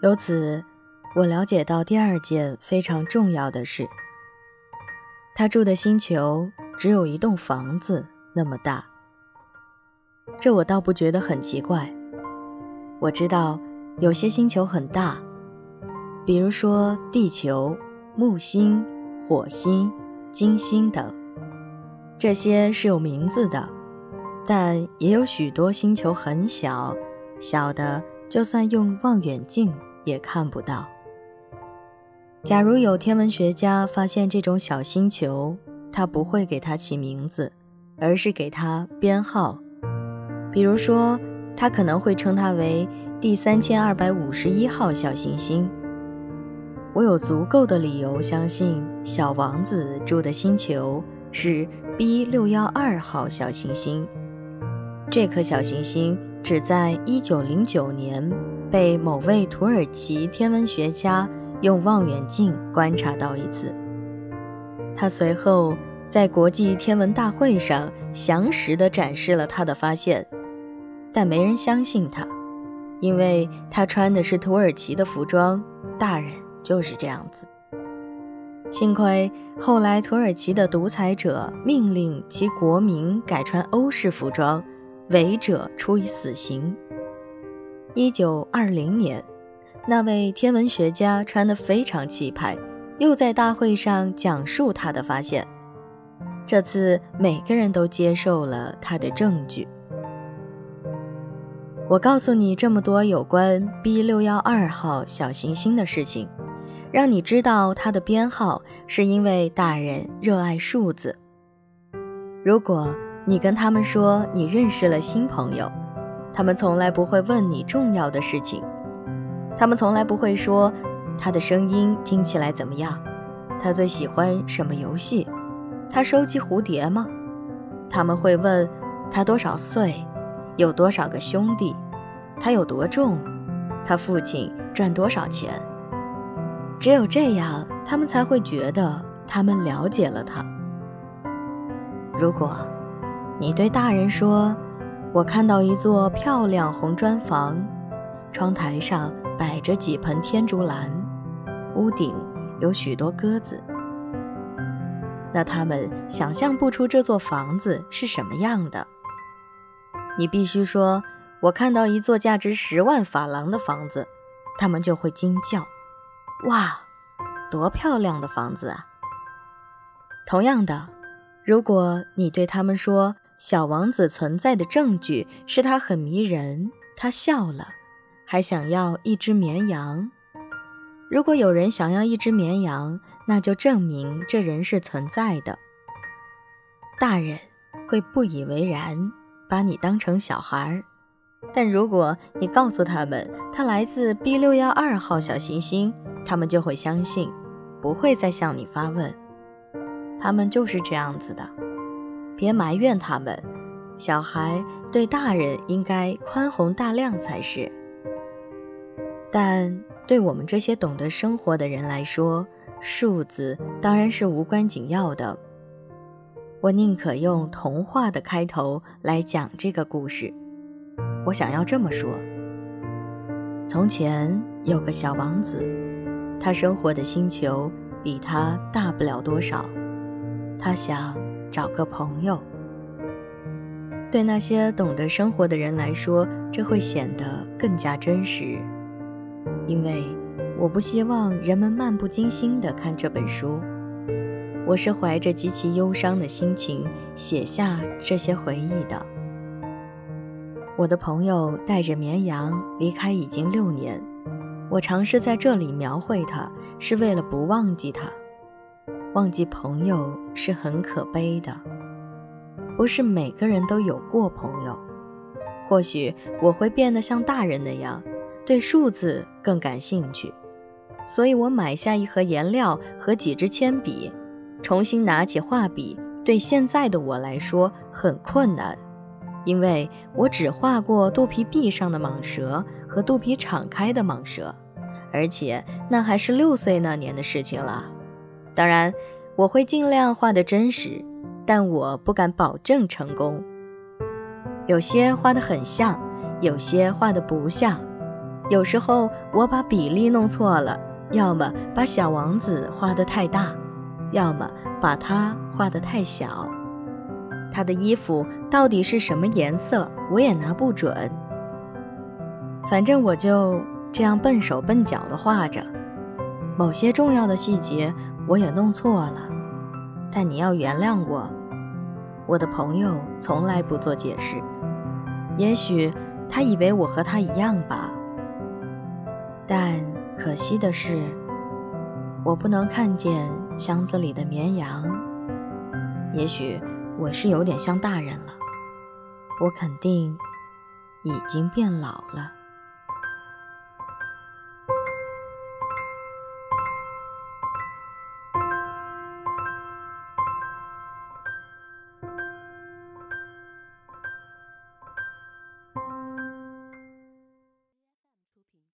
由此，我了解到第二件非常重要的事，他住的星球只有一栋房子那么大。这我倒不觉得很奇怪。我知道有些星球很大，比如说地球、木星、火星、金星等，这些是有名字的，但也有许多星球很小，小的就算用望远镜也看不到。假如有天文学家发现这种小星球，他不会给它起名字，而是给它编号。比如说，他可能会称它为第3251号小行星。我有足够的理由相信小王子住的星球是 B612号小行星。这颗小行星只在1909年被某位土耳其天文学家用望远镜观察到一次。他随后在国际天文大会上详实地展示了他的发现，但没人相信他，因为他穿的是土耳其的服装，大人就是这样子。幸亏后来土耳其的独裁者命令其国民改穿欧式服装，违者处以死刑。1920年，那位天文学家穿得非常气派，又在大会上讲述他的发现。这次每个人都接受了他的证据。我告诉你这么多有关 B612号小行星的事情，让你知道它的编号是因为大人热爱数字。如果你跟他们说你认识了新朋友，他们从来不会问你重要的事情，他们从来不会说他的声音听起来怎么样，他最喜欢什么游戏，他收集蝴蝶吗？他们会问他多少岁，有多少个兄弟，他有多重，他父亲赚多少钱。只有这样，他们才会觉得他们了解了他。如果你对大人说，我看到一座漂亮红砖房，窗台上摆着几盆天竺兰，屋顶有许多鸽子，那他们想象不出这座房子是什么样的。你必须说，我看到一座价值10万法郎的房子，他们就会惊叫，哇，多漂亮的房子啊！同样的，如果你对他们说，小王子存在的证据是他很迷人，他笑了，还想要一只绵羊。如果有人想要一只绵羊，那就证明这人是存在的。大人会不以为然，把你当成小孩，但如果你告诉他们他来自 B612号小行星，他们就会相信，不会再向你发问。他们就是这样子的，别埋怨他们，小孩对大人应该宽宏大量才是。但对我们这些懂得生活的人来说，数字当然是无关紧要的。我宁可用童话的开头来讲这个故事。我想要这么说：从前有个小王子，他生活的星球比他大不了多少，他想找个朋友。对那些懂得生活的人来说，这会显得更加真实，因为我不希望人们漫不经心地看这本书。我是怀着极其忧伤的心情写下这些回忆的。我的朋友带着绵羊离开已经6年，我尝试在这里描绘他，是为了不忘记他。忘记朋友是很可悲的，不是每个人都有过朋友。或许我会变得像大人那样，对数字更感兴趣，所以我买下一盒颜料和几支铅笔，重新拿起画笔，对现在的我来说很困难，因为我只画过肚皮壁上的蟒蛇和肚皮敞开的蟒蛇，而且那还是6岁那年的事情了。当然，我会尽量画得真实，但我不敢保证成功。有些画得很像，有些画得不像。 有时候我把比例弄错了，要么把小王子画得太大，要么把他画得太小。他的衣服到底是什么颜色，我也拿不准。反正我就这样笨手笨脚地画着，某些重要的细节我也弄错了，但你要原谅我。我的朋友从来不做解释，也许他以为我和他一样吧。但可惜的是，我不能看见箱子里的绵羊。也许我是有点像大人了，我肯定已经变老了。